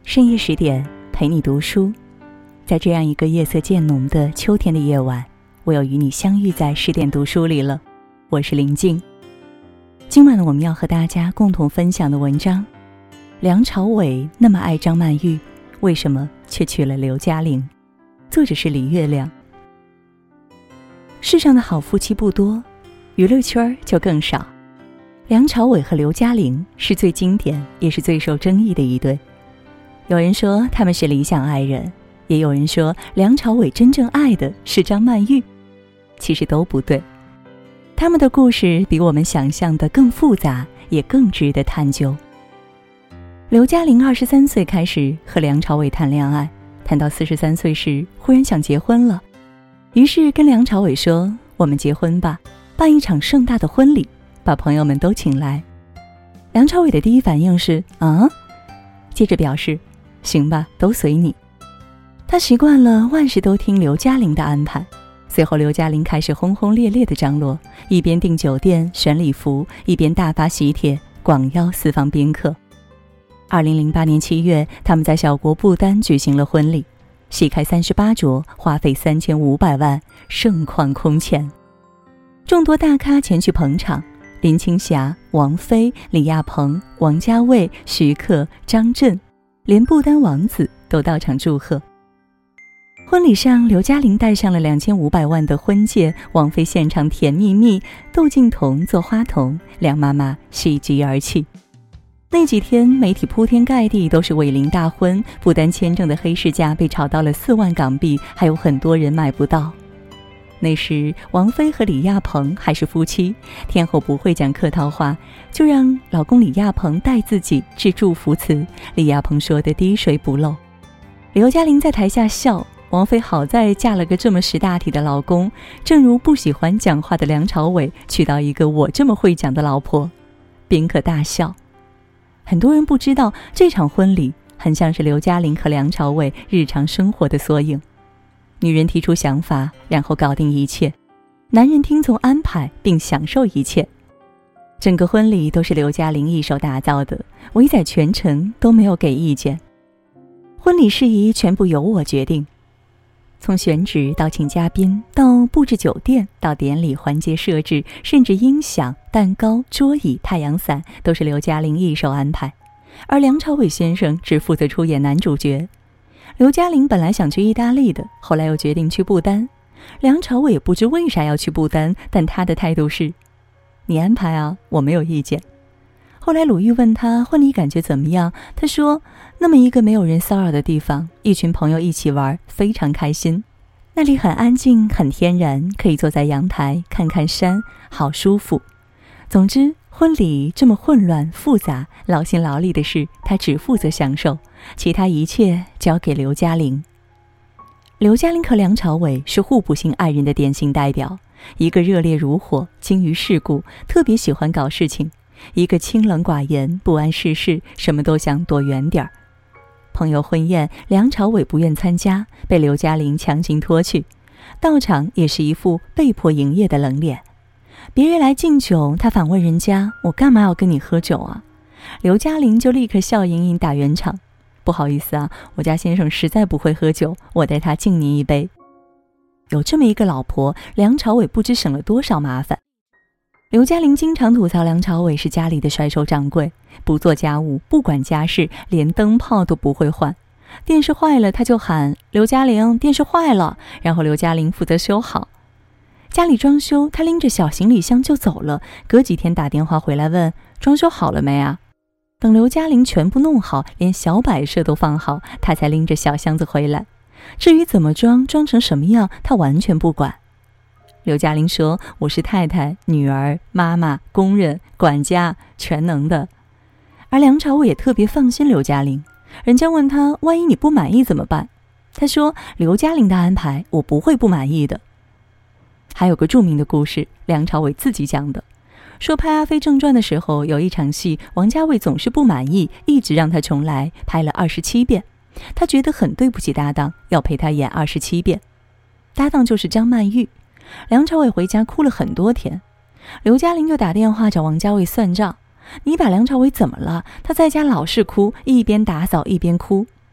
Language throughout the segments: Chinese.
深夜10点，陪你读书。在这样一个夜色渐浓的秋天的夜晚，我又与你相遇在10点读书里了。我是林静。今晚我们要和大家共同分享的文章，梁朝伟那么爱张曼玉，为什么却娶了刘嘉玲？作者是李月亮。世上的好夫妻不多，娱乐圈就更少。梁朝伟和刘嘉玲是最经典也是最受争议的一对。有人说他们是理想爱人，也有人说梁朝伟真正爱的是张曼玉。其实都不对，他们的故事比我们想象的更复杂，也更值得探究。刘嘉玲23岁开始和梁朝伟谈恋爱，谈到43岁时忽然想结婚了，于是跟梁朝伟说，我们结婚吧，办一场盛大的婚礼，把朋友们都请来。梁朝伟的第一反应是接着表示行吧，都随你。他习惯了万事都听刘嘉玲的安排。随后刘嘉玲开始轰轰烈烈的张罗，一边订酒店选礼服，一边大发喜帖广邀四方宾客。2008年7月，他们在小国不丹举行了婚礼，席开38桌，花费3500万，盛况空前。众多大咖前去捧场，林青霞、王菲、李亚鹏、王家卫、徐克、张震，连不丹王子都到场祝贺。婚礼上，刘嘉玲戴上了2500万的婚戒，王菲现场甜蜜蜜，窦靖童做花童，梁妈妈喜极而泣。那几天媒体铺天盖地都是伟林大婚，不丹签证的黑市价被炒到了4万港币，还有很多人买不到。那时王菲和李亚鹏还是夫妻，天后不会讲客套话，就让老公李亚鹏带自己致祝福词，李亚鹏说的滴水不漏。刘嘉玲在台下笑，王菲好在嫁了个这么识大体的老公，正如不喜欢讲话的梁朝伟娶到一个我这么会讲的老婆，宾客大笑。很多人不知道，这场婚礼很像是刘嘉玲和梁朝伟日常生活的缩影。女人提出想法，然后搞定一切，男人听从安排并享受一切。整个婚礼都是刘嘉玲一手打造的，伟仔全程都没有给意见。婚礼事宜全部由我决定，从选址到请嘉宾，到布置酒店，到典礼环节设置，甚至音响、蛋糕、桌椅、太阳伞都是刘嘉玲一手安排，而梁朝伟先生只负责出演男主角。刘嘉玲本来想去意大利的，后来又决定去不丹。梁朝伟也不知为啥要去不丹，但他的态度是你安排啊，我没有意见。后来鲁豫问他婚礼感觉怎么样，他说那么一个没有人骚扰的地方，一群朋友一起玩，非常开心。那里很安静，很天然，可以坐在阳台看看山，好舒服。总之婚礼这么混乱复杂，劳心劳力的事他只负责享受，其他一切交给刘嘉玲。刘嘉玲和梁朝伟是互补型爱人的典型代表，一个热烈如火，精于世故，特别喜欢搞事情，一个清冷寡言，不谙世事，什么都想躲远点儿。朋友婚宴，梁朝伟不愿参加，被刘嘉玲强行拖去，到场也是一副被迫营业的冷脸。别人来敬酒，他反问人家，我干嘛要跟你喝酒啊？刘嘉玲就立刻笑盈盈打圆场，不好意思啊，我家先生实在不会喝酒，我带他敬您一杯。有这么一个老婆，梁朝伟不知省了多少麻烦。刘嘉玲经常吐槽梁朝伟是家里的甩手掌柜，不做家务，不管家事，连灯泡都不会换。电视坏了他就喊刘嘉玲，电视坏了，然后刘嘉玲负责修好。家里装修，他拎着小行李箱就走了，隔几天打电话回来问装修好了没啊？等刘嘉玲全部弄好，连小摆设都放好，他才拎着小箱子回来。至于怎么装成什么样，他完全不管。刘嘉玲说，我是太太、女儿、妈妈、工人、管家，全能的。而梁朝伟也特别放心刘嘉玲，人家问他万一你不满意怎么办，他说刘嘉玲的安排我不会不满意的。还有个著名的故事，梁朝伟自己讲的，说拍《阿飞正传》的时候，有一场戏王家卫总是不满意，一直让他重来，拍了27遍。他觉得很对不起搭档，要陪他演27遍。搭档就是张曼玉。梁朝伟回家哭了很多天，刘嘉玲就打电话找王家卫算账，你把梁朝伟怎么了？他在家老是哭，一边打扫一边哭。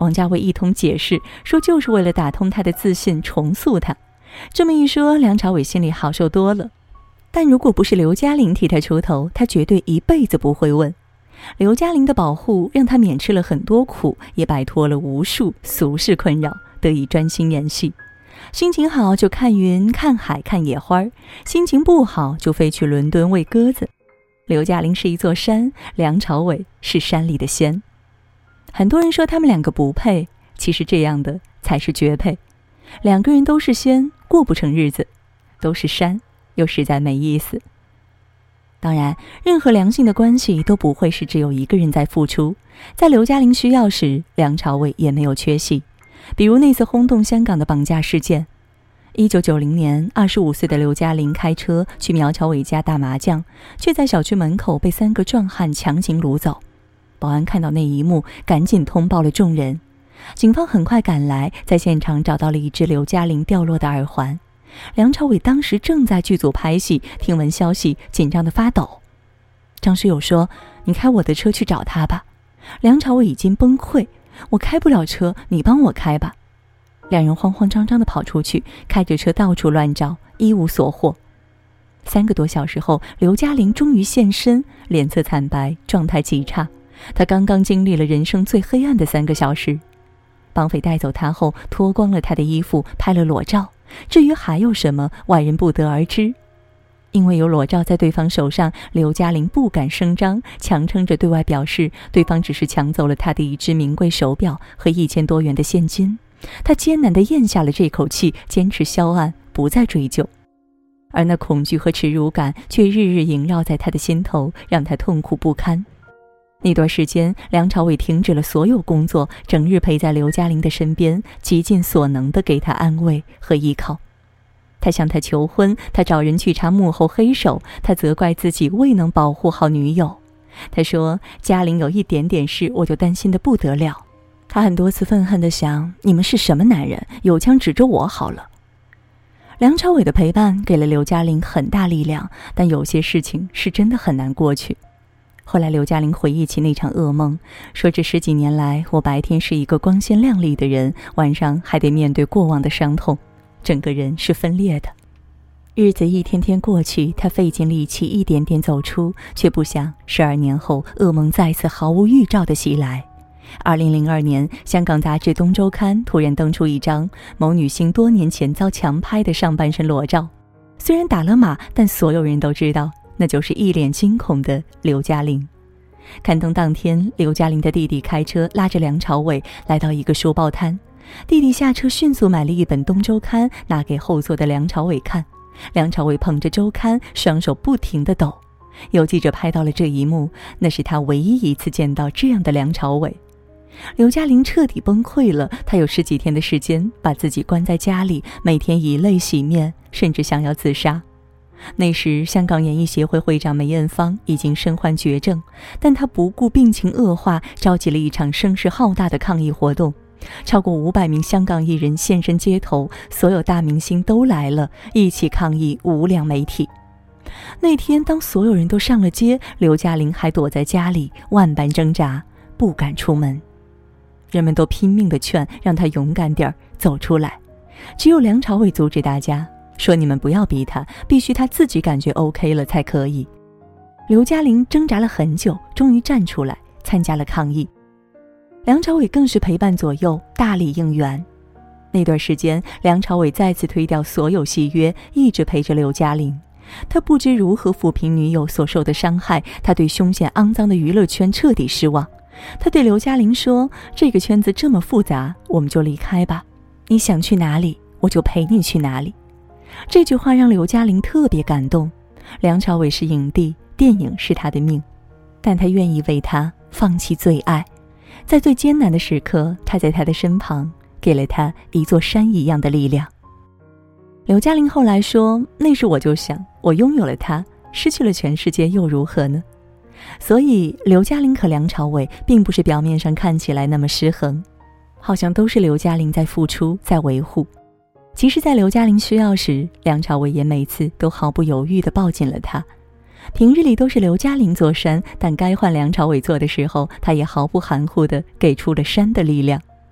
王家卫一通解释，说就是为了打通他的自信，重塑他。这么一说，梁朝伟心里好受多了。但如果不是刘嘉玲替他出头，他绝对一辈子不会问。刘嘉玲的保护让他免吃了很多苦，也摆脱了无数俗世困扰，得以专心演戏。心情好就看云、看海、看野花，心情不好就飞去伦敦喂鸽子。刘嘉玲是一座山，梁朝伟是山里的仙。很多人说他们两个不配，其实这样的才是绝配。两个人都是仙，过不成日子；都是山，又实在没意思。当然，任何良性的关系都不会是只有一个人在付出。在刘嘉玲需要时，梁朝伟也没有缺席。比如那次轰动香港的绑架事件。1990年，25岁的刘嘉玲开车去苗侨伟家打麻将，却在小区门口被3个壮汉强行掳走。保安看到那一幕，赶紧通报了众人。警方很快赶来，在现场找到了一只刘嘉玲掉落的耳环。梁朝伟当时正在剧组拍戏，听闻消息紧张得发抖。张学友说：“你开我的车去找他吧。”梁朝伟已经崩溃：“我开不了车，你帮我开吧。”两人慌慌张张地跑出去，开着车到处乱找，一无所获。3个多小时后，刘嘉玲终于现身，脸色惨白，状态极差。她刚刚经历了人生最黑暗的3个小时。绑匪带走她后，脱光了她的衣服，拍了裸照。至于还有什么，外人不得而知。因为有裸照在对方手上，刘嘉玲不敢声张，强撑着对外表示对方只是抢走了她的一只名贵手表和1000多元的现金。她艰难地咽下了这口气，坚持销案，不再追究。而那恐惧和耻辱感却日日萦绕在她的心头，让她痛苦不堪。那段时间，梁朝伟停止了所有工作，整日陪在刘嘉玲的身边，极尽所能地给她安慰和依靠。他向她求婚，他找人去查幕后黑手，他责怪自己未能保护好女友。他说：“嘉玲有一点点事，我就担心得不得了。”他很多次愤恨地想：你们是什么男人？有枪指着我好了。梁朝伟的陪伴给了刘嘉玲很大力量，但有些事情是真的很难过去。后来刘嘉玲回忆起那场噩梦，说这10几年来，我白天是一个光鲜亮丽的人，晚上还得面对过往的伤痛，整个人是分裂的。日子一天天过去，她费尽力气一点点走出，却不想12年后噩梦再次毫无预兆地袭来。2002年，香港杂志《东周刊》突然登出一张某女星多年前遭强拍的上半身裸照，虽然打了码，但所有人都知道那就是一脸惊恐的刘嘉玲。刊登当天，刘嘉玲的弟弟开车拉着梁朝伟来到一个书报摊，弟弟下车迅速买了一本《东周刊》，拿给后座的梁朝伟看。梁朝伟捧着周刊，双手不停地抖。有记者拍到了这一幕，那是他唯一一次见到这样的梁朝伟。刘嘉玲彻底崩溃了，她有10几天的时间把自己关在家里，每天以泪洗面，甚至想要自杀。那时香港演艺协会会长梅艳芳已经身患绝症，但她不顾病情恶化，召集了一场声势浩大的抗议活动，超过500名香港艺人现身街头，所有大明星都来了，一起抗议无良媒体。那天当所有人都上了街，刘嘉玲还躲在家里，万般挣扎，不敢出门。人们都拼命地劝，让她勇敢点，走出来。只有梁朝伟阻止大家，说你们不要逼她，必须她自己感觉 OK 了才可以。刘嘉玲挣扎了很久，终于站出来参加了抗议。梁朝伟更是陪伴左右，大力应援。那段时间，梁朝伟再次推掉所有戏约，一直陪着刘嘉玲。他不知如何抚平女友所受的伤害，他对凶险肮脏的娱乐圈彻底失望。他对刘嘉玲说：“这个圈子这么复杂，我们就离开吧。你想去哪里，我就陪你去哪里。”这句话让刘嘉玲特别感动。梁朝伟是影帝，电影是他的命，但他愿意为他放弃最爱。在最艰难的时刻，他在他的身旁，给了他一座山一样的力量。刘嘉玲后来说：“那时我就想，我拥有了他，失去了全世界又如何呢？”所以刘嘉玲和梁朝伟并不是表面上看起来那么失衡，好像都是刘嘉玲在付出，在维护。其实在刘嘉玲需要时，梁朝伟也每次都毫不犹豫地抱紧了她。平日里都是刘嘉玲做山，但该换梁朝伟做的时候，他也毫不含糊地给出了山的力量。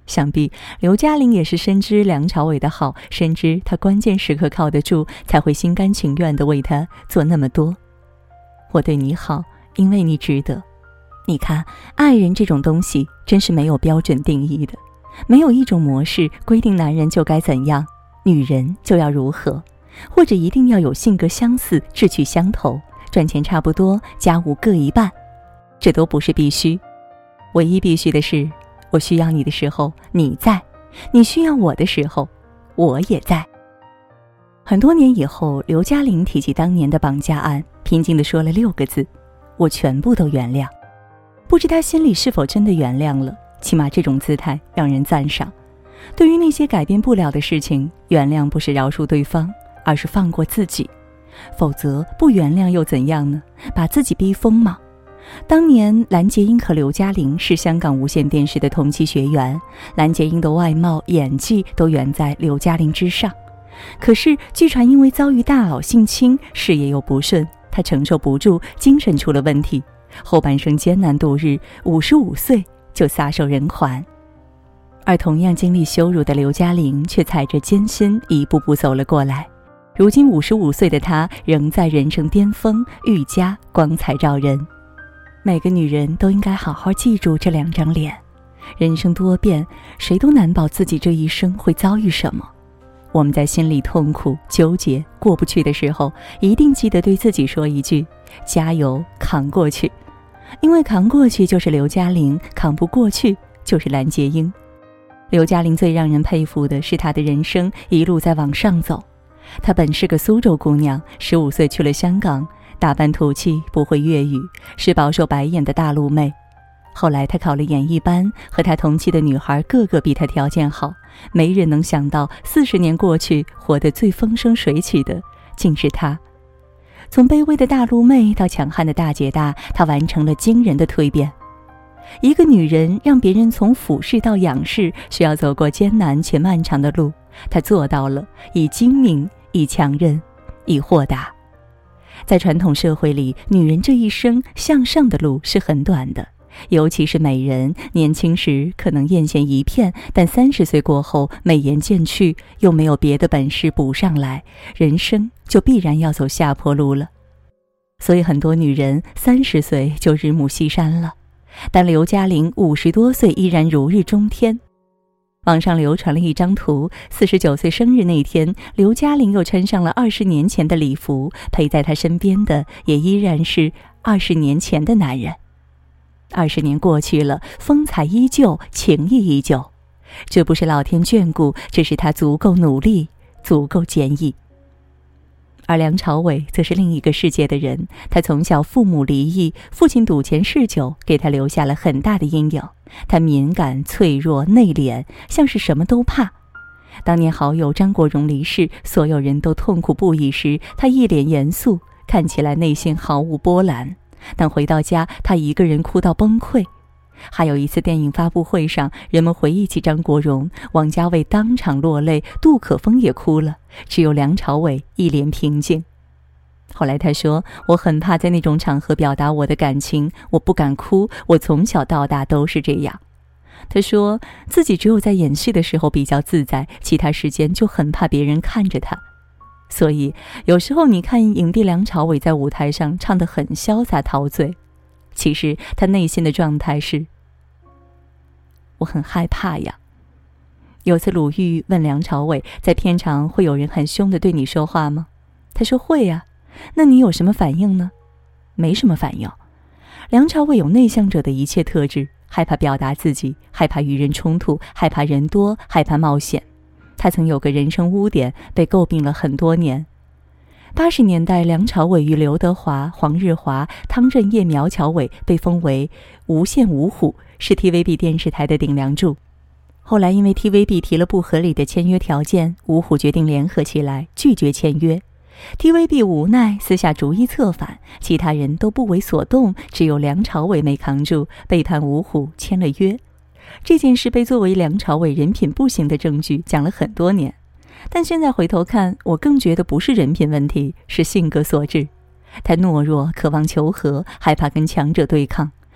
想必刘嘉玲也是深知梁朝伟的好，深知他关键时刻靠得住，才会心甘情愿地为他做那么多。我对你好，因为你值得。你看，爱人这种东西真是没有标准定义的，没有一种模式规定男人就该怎样，女人就要如何，或者一定要有性格相似、志趣相投，赚钱差不多，家务各一半，这都不是必须。唯一必须的是，我需要你的时候你在，你需要我的时候我也在。很多年以后，刘嘉玲提起当年的绑架案，平静地说了6个字：我全部都原谅。不知他心里是否真的原谅了，起码这种姿态让人赞赏。对于那些改变不了的事情，原谅不是饶恕对方，而是放过自己。否则不原谅又怎样呢？把自己逼疯吗？当年蓝洁瑛和刘嘉玲是香港无线电视的同期学员，蓝洁瑛的外貌、演技都远在刘嘉玲之上。可是据传因为遭遇大佬性侵，事业又不顺，她承受不住，精神出了问题，后半生艰难度日，55岁就撒手人寰。而同样经历羞辱的刘嘉玲却踩着艰辛一步步走了过来，如今55岁的她仍在人生巅峰，愈加光彩照人。每个女人都应该好好记住这2张脸。人生多变，谁都难保自己这一生会遭遇什么。我们在心里痛苦、纠结、过不去的时候，一定记得对自己说一句：加油，扛过去。因为扛过去就是刘嘉玲，扛不过去就是蓝洁瑛。刘嘉玲最让人佩服的是她的人生一路在往上走。她本是个苏州姑娘，15岁去了香港，打扮土气，不会粤语，是饱受白眼的大陆妹。后来她考了演艺班，和她同期的女孩个个比她条件好，没人能想到40年过去，活得最风生水起的竟是她。从卑微的大陆妹到强悍的大姐大，她完成了惊人的蜕变。一个女人让别人从俯视到仰视，需要走过艰难且漫长的路，她做到了，以精明，以强韧，以豁达。在传统社会里，女人这一生向上的路是很短的，尤其是美人，年轻时可能艳羡一片，但30岁过后，美颜渐去，又没有别的本事补上来，人生就必然要走下坡路了。所以很多女人30岁就日暮西山了，但刘嘉玲50多岁依然如日中天。网上流传了一张图，49岁生日那天，刘嘉玲又穿上了20年前的礼服，陪在她身边的也依然是20年前的男人。20年过去了，风采依旧，情谊依旧。这不是老天眷顾，这是他足够努力，足够坚毅。而梁朝伟则是另一个世界的人，他从小父母离异，父亲赌钱嗜酒，给他留下了很大的阴影。他敏感、脆弱、内敛，像是什么都怕。当年好友张国荣离世，所有人都痛苦不已时，他一脸严肃，看起来内心毫无波澜。但回到家，他一个人哭到崩溃。还有一次电影发布会上，人们回忆起张国荣，王家卫当场落泪，杜可风也哭了，只有梁朝伟一脸平静。后来他说，我很怕在那种场合表达我的感情，我不敢哭，我从小到大都是这样。他说自己只有在演戏的时候比较自在，其他时间就很怕别人看着他。所以有时候你看影帝梁朝伟在舞台上唱得很潇洒陶醉，其实他内心的状态是，我很害怕呀。有次鲁豫问梁朝伟，在片场会有人很凶地对你说话吗？他说会呀。那你有什么反应呢？没什么反应。梁朝伟有内向者的一切特质，害怕表达自己，害怕与人冲突，害怕人多，害怕冒险。他曾有个人生污点，被诟病了很多年。80年代，梁朝伟与刘德华、黄日华、汤镇业、苗侨伟被封为无线五虎，是 TVB 电视台的顶梁柱。后来因为 TVB 提了不合理的签约条件，五虎决定联合起来，拒绝签约。TVB 无奈，私下逐一策反，其他人都不为所动，只有梁朝伟没扛住，背叛五虎签了约。这件事被作为梁朝伟人品不行的证据讲了很多年，但现在回头看，我更觉得不是人品问题，是性格所致。他懦弱，渴望求和，害怕跟强者对抗，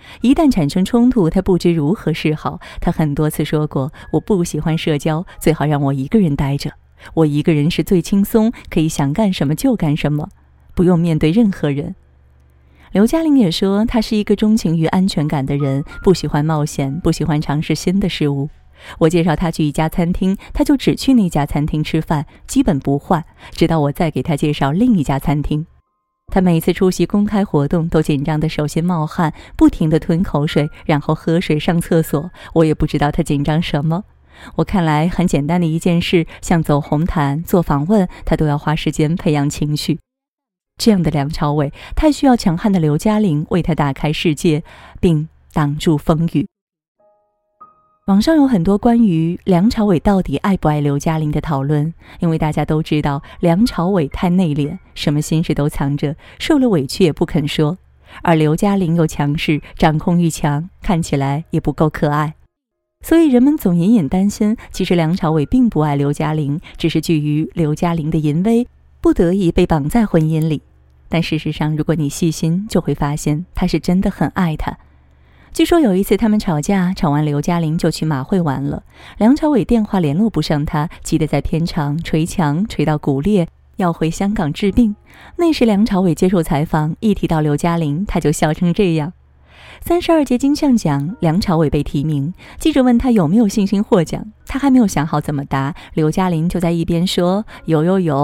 一旦产生冲突，他不知如何是好。他很多次说过，我不喜欢社交，最好让我一个人待着。我一个人是最轻松，可以想干什么就干什么，不用面对任何人。刘嘉玲也说，她是一个钟情于安全感的人，不喜欢冒险，不喜欢尝试新的事物。我介绍她去一家餐厅，她就只去那家餐厅吃饭，基本不换，直到我再给她介绍另一家餐厅。她每次出席公开活动都紧张的手心冒汗，不停地吞口水，然后喝水上厕所。我也不知道她紧张什么。我看来很简单的一件事，像走红毯、做访问，她都要花时间培养情绪。这样的梁朝伟太需要强悍的刘嘉玲为他打开世界，并挡住风雨。网上有很多关于梁朝伟到底爱不爱刘嘉玲的讨论，因为大家都知道梁朝伟太内敛，什么心事都藏着，受了委屈也不肯说，而刘嘉玲又强势，掌控欲强，看起来也不够可爱。所以人们总隐隐担心，其实梁朝伟并不爱刘嘉玲，只是惧于刘嘉玲的淫威，不得已被绑在婚姻里。但事实上，如果你细心，就会发现他是真的很爱她。据说有一次他们吵架，吵完刘嘉玲就去马会玩了，梁朝伟电话联络不上他，急得在片场捶墙捶到骨裂，要回香港治病。那时梁朝伟接受采访，一提到刘嘉玲，他就笑成这样。32届金像奖，梁朝伟被提名，记者问他有没有信心获奖，他还没有想好怎么答，刘嘉玲就在一边说有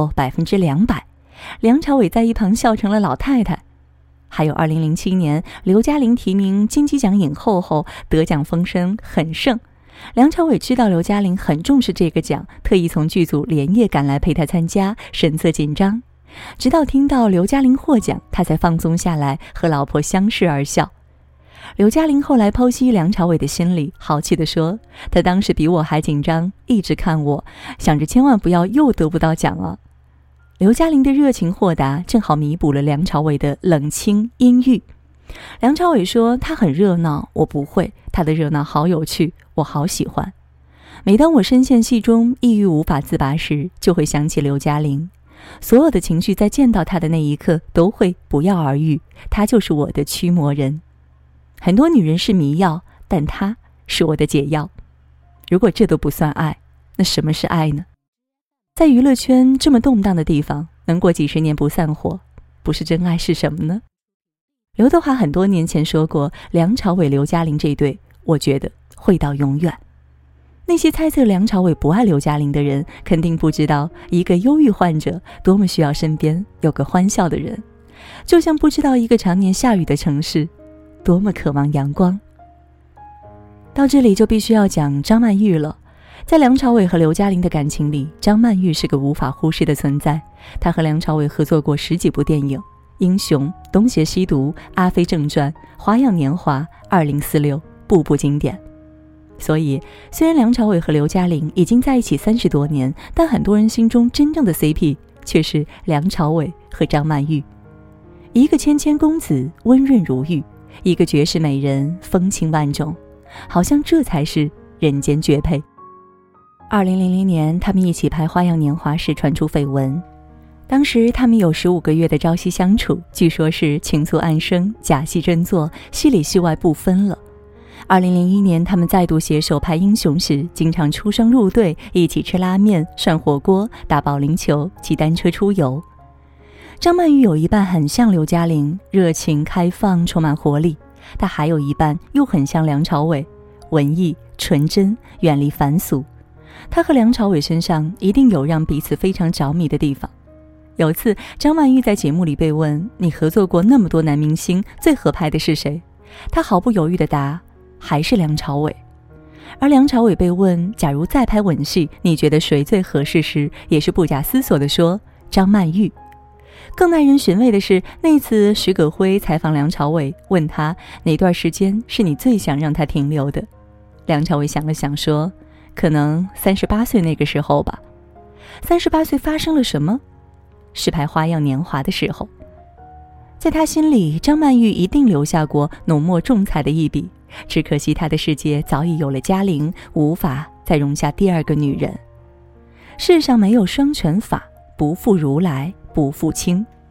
200%。梁朝伟在一旁笑成了老太太。还有2007年刘嘉玲提名金鸡奖影后后，得奖风声很盛。梁朝伟知道刘嘉玲很重视这个奖，特意从剧组连夜赶来陪她参加，神色紧张。直到听到刘嘉玲获奖，他才放松下来，和老婆相视而笑。刘嘉玲后来剖析梁朝伟的心理，豪气地说，他当时比我还紧张，一直看我，想着千万不要又得不到奖了。刘嘉玲的热情豁达正好弥补了梁朝伟的冷清阴郁。梁朝伟说，他很热闹，我不会，他的热闹好有趣，我好喜欢。每当我深陷戏中，抑郁无法自拔时，就会想起刘嘉玲。所有的情绪在见到他的那一刻都会不药而愈，他就是我的驱魔人。很多女人是迷药，但他是我的解药。如果这都不算爱，那什么是爱呢？在娱乐圈这么动荡的地方，能过几十年不散伙，不是真爱是什么呢？刘德华很多年前说过，梁朝伟刘嘉玲这对，我觉得会到永远。那些猜测梁朝伟不爱刘嘉玲的人，肯定不知道一个忧郁患者多么需要身边有个欢笑的人，就像不知道一个常年下雨的城市多么渴望阳光。到这里就必须要讲张曼玉了。在梁朝伟和刘嘉玲的感情里，张曼玉是个无法忽视的存在。她和梁朝伟合作过10几部电影，《英雄》、《东邪西毒》、《阿飞正传》、《花样年华》、2046，步步经典。所以虽然梁朝伟和刘嘉玲已经在一起30多年，但很多人心中真正的 CP 却是梁朝伟和张曼玉。一个谦谦公子温润如玉，一个绝世美人风情万种，好像这才是人间绝配。2000年他们一起拍《花样年华》时传出绯闻，当时他们有15个月的朝夕相处，据说是情愫暗生，假戏真做，戏里戏外不分了。2001年他们再度携手拍《英雄》时，经常出双入对，一起吃拉面、涮火锅、打保龄球、骑单车出游。张曼玉有一半很像刘嘉玲，热情开放，充满活力，但还有一半又很像梁朝伟，文艺纯真，远离凡俗。她和梁朝伟身上一定有让彼此非常着迷的地方。有次张曼玉在节目里被问，你合作过那么多男明星，最合拍的是谁？她毫不犹豫地答，还是梁朝伟。而梁朝伟被问，假如再拍吻戏，你觉得谁最合适时，也是不假思索地说张曼玉。更耐人寻味的是，那次徐可辉采访梁朝伟，问他哪段时间是你最想让他停留的。梁朝伟想了想说，可能38岁那个时候吧。38岁发生了什么？是拍《花样年华》的时候。在他心里，张曼玉一定留下过浓墨重彩的一笔，只可惜他的世界早已有了嘉玲，无法再容下第二个女人。世上没有双全法，不负如来不负卿。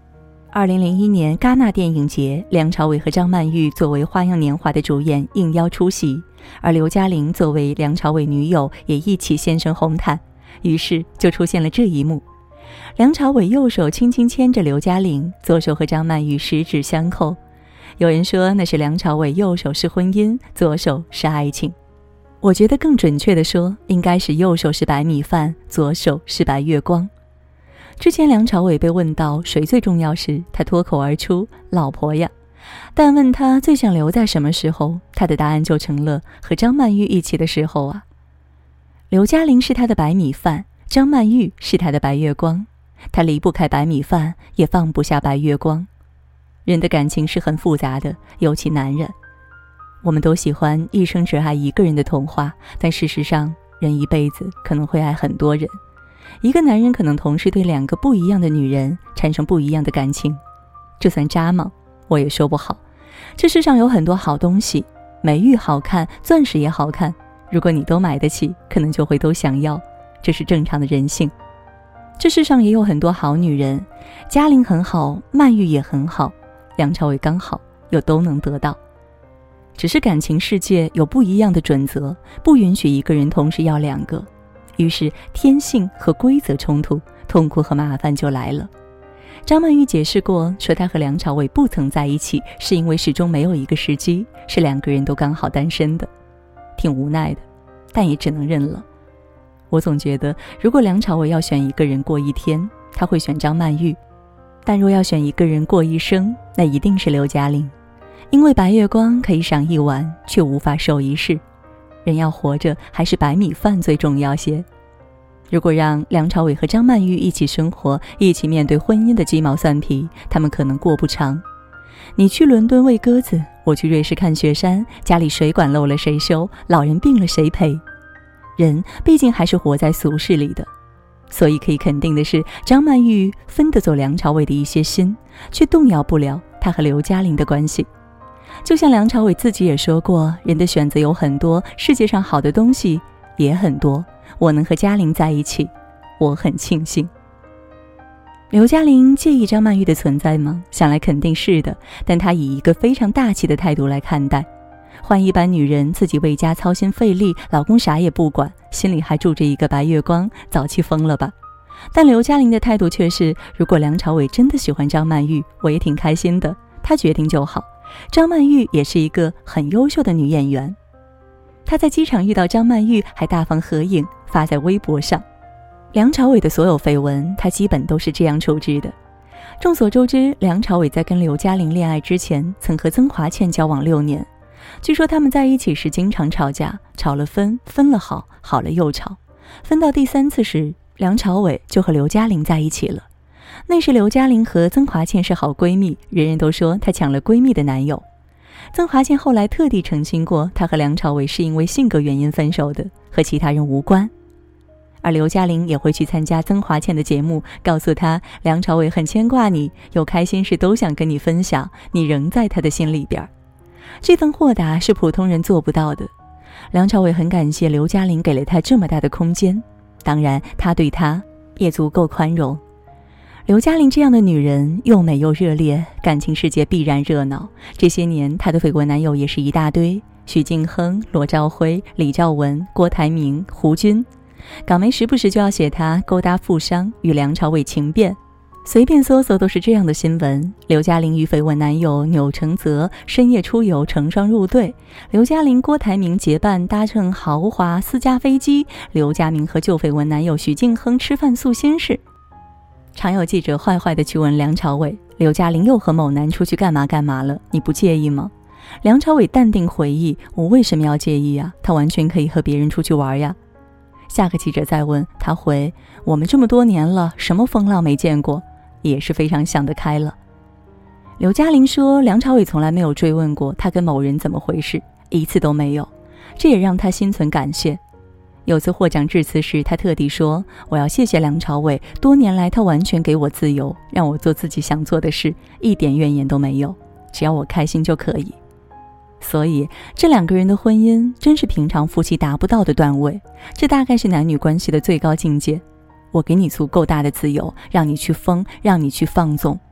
2001年戛纳电影节，梁朝伟和张曼玉作为《花样年华》的主演应邀出席，而刘嘉玲作为梁朝伟女友也一起现身红毯，于是就出现了这一幕。梁朝伟右手轻轻牵着刘嘉玲，左手和张曼玉十指相扣。有人说那是梁朝伟右手是婚姻，左手是爱情。我觉得更准确的说，应该是右手是白米饭，左手是白月光。之前梁朝伟被问到谁最重要时，他脱口而出老婆呀，但问他最想留在什么时候，他的答案就成了和张曼玉一起的时候啊。刘嘉玲是他的白米饭，张曼玉是他的白月光，他离不开白米饭，也放不下白月光。人的感情是很复杂的，尤其男人，我们都喜欢一生只爱一个人的童话，但事实上人一辈子可能会爱很多人。一个男人可能同时对2个不一样的女人产生不一样的感情，这算渣吗？我也说不好。这世上有很多好东西，美玉好看，钻石也好看，如果你都买得起，可能就会都想要，这是正常的人性。这世上也有很多好女人，嘉玲很好，曼玉也很好，梁朝伟刚好又都能得到。只是感情世界有不一样的准则，不允许一个人同时要2个，于是天性和规则冲突，痛苦和麻烦就来了。张曼玉解释过，说她和梁朝伟不曾在一起，是因为始终没有一个时机，是2个人都刚好单身的。挺无奈的，但也只能认了。我总觉得，如果梁朝伟要选一个人过一天，他会选张曼玉；但若要选一个人过一生，那一定是刘嘉玲。因为白月光可以赏一晚，却无法守一世。人要活着，还是白米饭最重要些。如果让梁朝伟和张曼玉一起生活，一起面对婚姻的鸡毛蒜皮，他们可能过不长。你去伦敦喂鸽子，我去瑞士看雪山，家里水管漏了谁修，老人病了谁陪。人毕竟还是活在俗世里的，所以可以肯定的是，张曼玉分得走梁朝伟的一些心，却动摇不了他和刘嘉玲的关系。就像梁朝伟自己也说过，人的选择有很多，世界上好的东西也很多，我能和嘉玲在一起，我很庆幸。刘嘉玲介意张曼玉的存在吗？想来肯定是的，但她以一个非常大气的态度来看待。换一般女人，自己为家操心费力，老公啥也不管，心里还住着一个白月光，早气疯了吧。但刘嘉玲的态度却是，如果梁朝伟真的喜欢张曼玉，我也挺开心的，他决定就好。张曼玉也是一个很优秀的女演员。她在机场遇到张曼玉，还大方合影发在微博上。梁朝伟的所有绯闻，他基本都是这样处置的。众所周知，梁朝伟在跟刘嘉玲恋爱之前，曾和曾华倩交往6年。据说他们在一起时经常吵架，吵了分，分了好，好了又吵。分到第3次时，梁朝伟就和刘嘉玲在一起了。那时刘嘉玲和曾华倩是好闺蜜，人人都说她抢了闺蜜的男友。曾华倩后来特地澄清过，她和梁朝伟是因为性格原因分手的，和其他人无关。而刘嘉玲也会去参加曾华倩的节目，告诉她梁朝伟很牵挂你，有开心事都想跟你分享，你仍在他的心里边。这份豁达是普通人做不到的。梁朝伟很感谢刘嘉玲给了他这么大的空间，当然他对他也足够宽容。刘嘉玲这样的女人又美又热烈，感情世界必然热闹。这些年她的绯闻男友也是一大堆，许晋亨、罗兆辉、李兆文、郭台铭、胡军。港媒时不时就要写她勾搭富商，与梁朝伟情变，随便搜搜都是这样的新闻。刘嘉玲与绯闻男友钮承泽深夜出游成双入对，刘嘉玲郭台铭结伴搭乘豪华私家飞机，刘嘉玲和旧绯闻男友许晋亨吃饭诉心事。常有记者坏坏地去问梁朝伟，刘嘉玲又和某男出去干嘛干嘛了，你不介意吗？梁朝伟淡定回忆，我为什么要介意啊？他完全可以和别人出去玩呀。下个记者再问，他回，我们这么多年了，什么风浪没见过，也是非常想得开了。刘嘉玲说，梁朝伟从来没有追问过他跟某人怎么回事，一次都没有，这也让他心存感谢。有次获奖致辞时，他特地说，我要谢谢梁朝伟，多年来他完全给我自由，让我做自己想做的事，一点怨言都没有，只要我开心就可以。所以这2个人的婚姻真是平常夫妻达不到的段位，这大概是男女关系的最高境界。我给你足够大的自由，让你去疯，让你去放纵，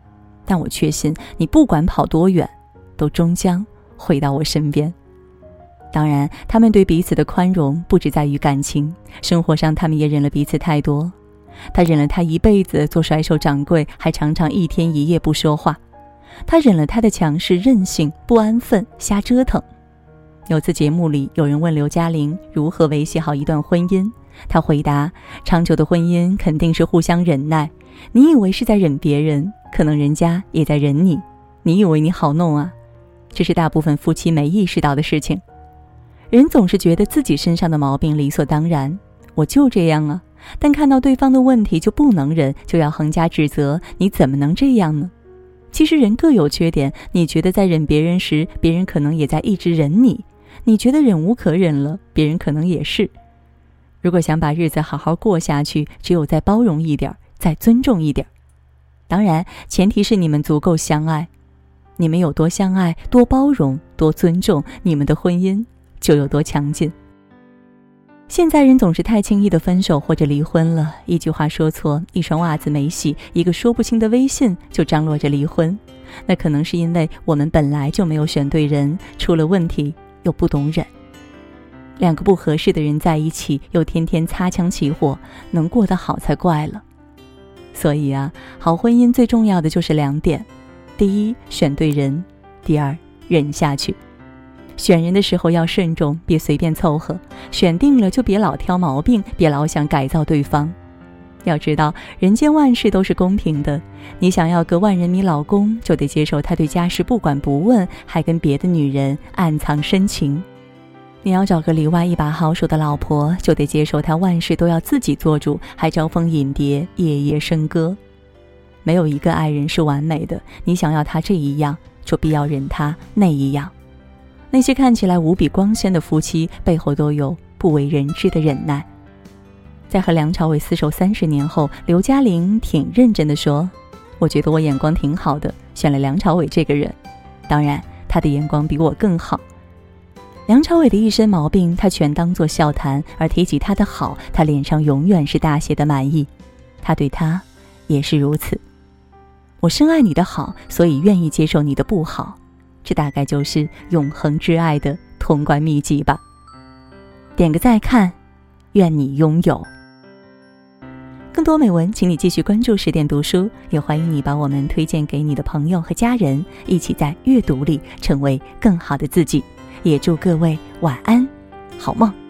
但我确信你不管跑多远，都终将回到我身边。当然，他们对彼此的宽容不只在于感情，生活上他们也忍了彼此太多。他忍了他一辈子做甩手掌柜，还常常一天一夜不说话。他忍了他的强势、任性、不安分、瞎折腾。有次节目里，有人问刘嘉玲如何维系好一段婚姻，他回答：长久的婚姻肯定是互相忍耐。你以为是在忍别人，可能人家也在忍你。你以为你好弄啊？这是大部分夫妻没意识到的事情。人总是觉得自己身上的毛病理所当然，我就这样啊，但看到对方的问题就不能忍，就要横加指责，你怎么能这样呢？其实人各有缺点，你觉得在忍别人时，别人可能也在一直忍你，你觉得忍无可忍了，别人可能也是。如果想把日子好好过下去，只有再包容一点，再尊重一点。当然，前提是你们足够相爱。你们有多相爱，多包容，多尊重，你们的婚姻就有多强劲。现在人总是太轻易的分手或者离婚了，一句话说错，一双袜子没洗，一个说不清的微信就张罗着离婚。那可能是因为我们本来就没有选对人，出了问题又不懂忍。两个不合适的人在一起，又天天擦枪起火，能过得好才怪了。所以啊，好婚姻最重要的就是2点：第一，选对人；第二，忍下去。选人的时候要慎重，别随便凑合，选定了就别老挑毛病，别老想改造对方。要知道，人间万事都是公平的，你想要个万人迷老公，就得接受他对家事不管不问，还跟别的女人暗藏深情。你要找个里外一把好手的老婆，就得接受他万事都要自己做主，还招蜂引蝶，夜夜笙歌。没有一个爱人是完美的，你想要他这一样，就必要忍他那一样。那些看起来无比光鲜的夫妻，背后都有不为人知的忍耐。在和梁朝伟厮守30年后，刘嘉玲挺认真地说：我觉得我眼光挺好的，选了梁朝伟这个人。当然，他的眼光比我更好。梁朝伟的一身毛病，他全当作笑谈，而提起他的好，他脸上永远是大写的满意。他对他也是如此。我深爱你的好，所以愿意接受你的不好。这大概就是永恒之爱的通关秘籍吧。点个再看，愿你拥有。更多美文，请你继续关注10点读书，也欢迎你把我们推荐给你的朋友和家人，一起在阅读里成为更好的自己。也祝各位晚安，好梦。